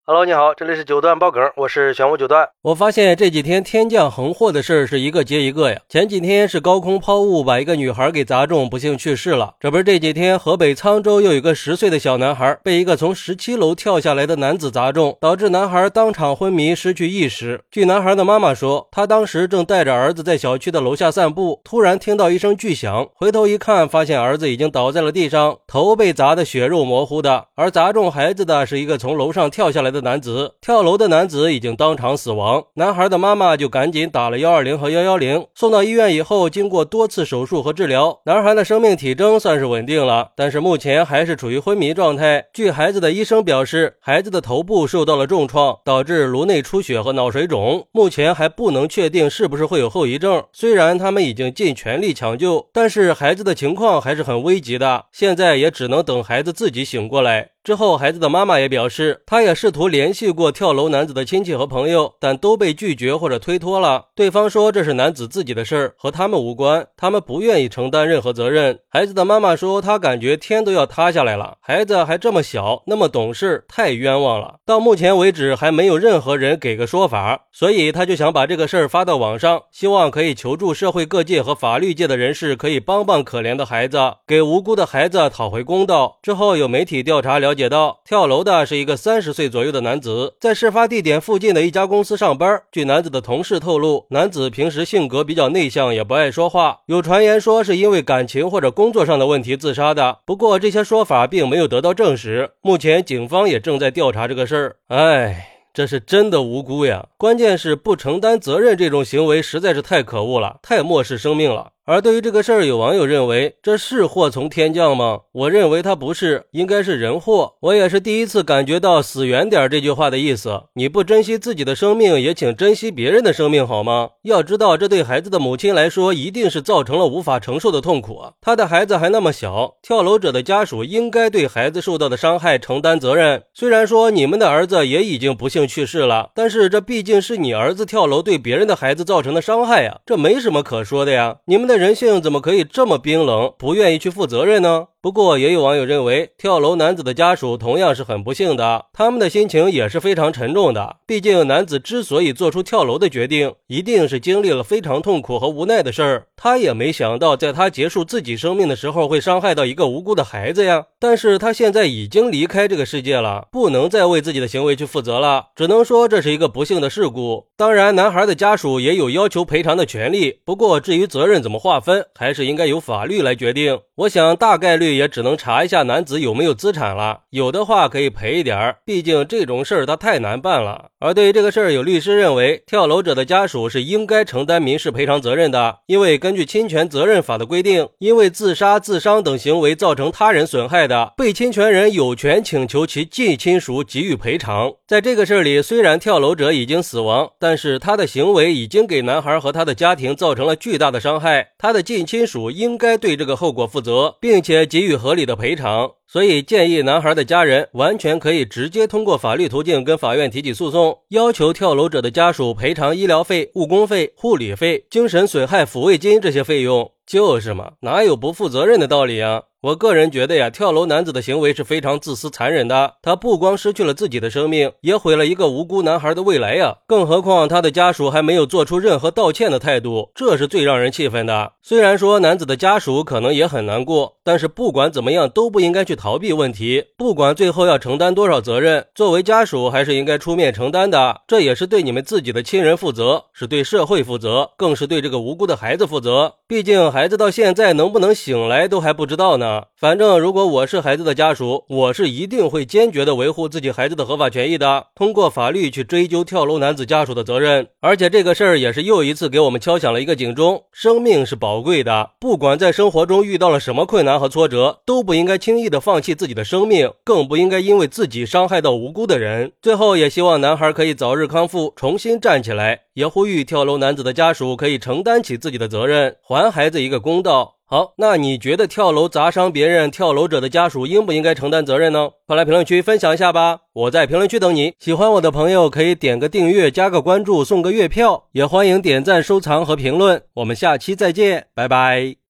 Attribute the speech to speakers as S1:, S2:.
S1: Hello， 你好，这里是九段爆梗，我是玄武九段。我发现这几天天降横祸的事儿是一个接一个呀。前几天是高空抛物把一个女孩给砸中，不幸去世了。这不是这几天河北沧州又有一个10岁的小男孩被一个从17楼跳下来的男子砸中，导致男孩当场昏迷失去意识。据男孩的妈妈说，他当时正带着儿子在小区的楼下散步，突然听到一声巨响，回头一看，发现儿子已经倒在了地上，头被砸得血肉模糊的，而砸中孩子的是一个从楼上跳下来的男子，跳楼的男子已经当场死亡。男孩的妈妈就赶紧打了120和110，送到医院以后，经过多次手术和治疗，男孩的生命体征算是稳定了，但是目前还是处于昏迷状态。据孩子的医生表示，孩子的头部受到了重创，导致颅内出血和脑水肿，目前还不能确定是不是会有后遗症。虽然他们已经尽全力抢救，但是孩子的情况还是很危急的，现在也只能等孩子自己醒过来。之后，孩子的妈妈也表示，她也试图联系过跳楼男子的亲戚和朋友，但都被拒绝或者推脱了。对方说这是男子自己的事儿，和他们无关，他们不愿意承担任何责任。孩子的妈妈说，她感觉天都要塌下来了，孩子还这么小，那么懂事，太冤枉了。到目前为止还没有任何人给个说法，所以她就想把这个事儿发到网上，希望可以求助社会各界和法律界的人士，可以帮帮可怜的孩子，给无辜的孩子讨回公道。之后有媒体调查了解到，跳楼的是一个30岁左右的男子，在事发地点附近的一家公司上班。据男子的同事透露，男子平时性格比较内向，也不爱说话，有传言说是因为感情或者工作上的问题自杀的，不过这些说法并没有得到证实。目前警方也正在调查这个事儿。这是真的无辜呀，关键是不承担责任，这种行为实在是太可恶了，太漠视生命了。而对于这个事儿，有网友认为这是祸从天降吗？我认为它不是，应该是人祸。我也是第一次感觉到死远点这句话的意思，你不珍惜自己的生命，也请珍惜别人的生命好吗？要知道，这对孩子的母亲来说一定是造成了无法承受的痛苦啊。他的孩子还那么小，跳楼者的家属应该对孩子受到的伤害承担责任。虽然说你们的儿子也已经不幸去世了，但是这毕竟是你儿子跳楼对别人的孩子造成的伤害呀，这没什么可说的呀。你们的人性怎么可以这么冰冷，不愿意去负责任呢？不过也有网友认为，跳楼男子的家属同样是很不幸的，他们的心情也是非常沉重的。毕竟男子之所以做出跳楼的决定，一定是经历了非常痛苦和无奈的事儿。他也没想到，在他结束自己生命的时候，会伤害到一个无辜的孩子呀。但是他现在已经离开这个世界了，不能再为自己的行为去负责了，只能说这是一个不幸的事故。当然，男孩的家属也有要求赔偿的权利，不过至于责任怎么划分，还是应该由法律来决定。我想大概率也只能查一下男子有没有资产了，有的话可以赔一点，毕竟这种事儿他太难办了。而对于这个事儿，有律师认为跳楼者的家属是应该承担民事赔偿责任的，因为根据侵权责任法的规定，因为自杀、自伤等行为造成他人损害的，被侵权人有权请求其近亲属给予赔偿。在这个事儿里，虽然跳楼者已经死亡，但是他的行为已经给男孩和他的家庭造成了巨大的伤害，他的近亲属应该对这个后果负责，并且给予合理的赔偿。所以建议男孩的家人完全可以直接通过法律途径跟法院提起诉讼，要求跳楼者的家属赔偿医疗费、误工费、护理费、精神损害抚慰金这些费用。就是嘛，哪有不负责任的道理啊？我个人觉得呀，跳楼男子的行为是非常自私残忍的，他不光失去了自己的生命，也毁了一个无辜男孩的未来呀。更何况他的家属还没有做出任何道歉的态度，这是最让人气愤的。虽然说男子的家属可能也很难过，但是不管怎么样都不应该去逃避问题，不管最后要承担多少责任，作为家属还是应该出面承担的。这也是对你们自己的亲人负责，是对社会负责，更是对这个无辜的孩子负责。毕竟孩子到现在能不能醒来都还不知道呢。反正如果我是孩子的家属，我是一定会坚决的维护自己孩子的合法权益的，通过法律去追究跳楼男子家属的责任。而且这个事儿也是又一次给我们敲响了一个警钟，生命是宝贵的，不管在生活中遇到了什么困难和挫折，都不应该轻易的放弃自己的生命，更不应该因为自己伤害到无辜的人。最后也希望男孩可以早日康复，重新站起来，也呼吁跳楼男子的家属可以承担起自己的责任，还孩子一个公道。好，那你觉得跳楼砸伤别人，跳楼者的家属应不应该承担责任呢？快来评论区分享一下吧，我在评论区等你。喜欢我的朋友可以点个订阅，加个关注，送个月票，也欢迎点赞、收藏和评论。我们下期再见，拜拜。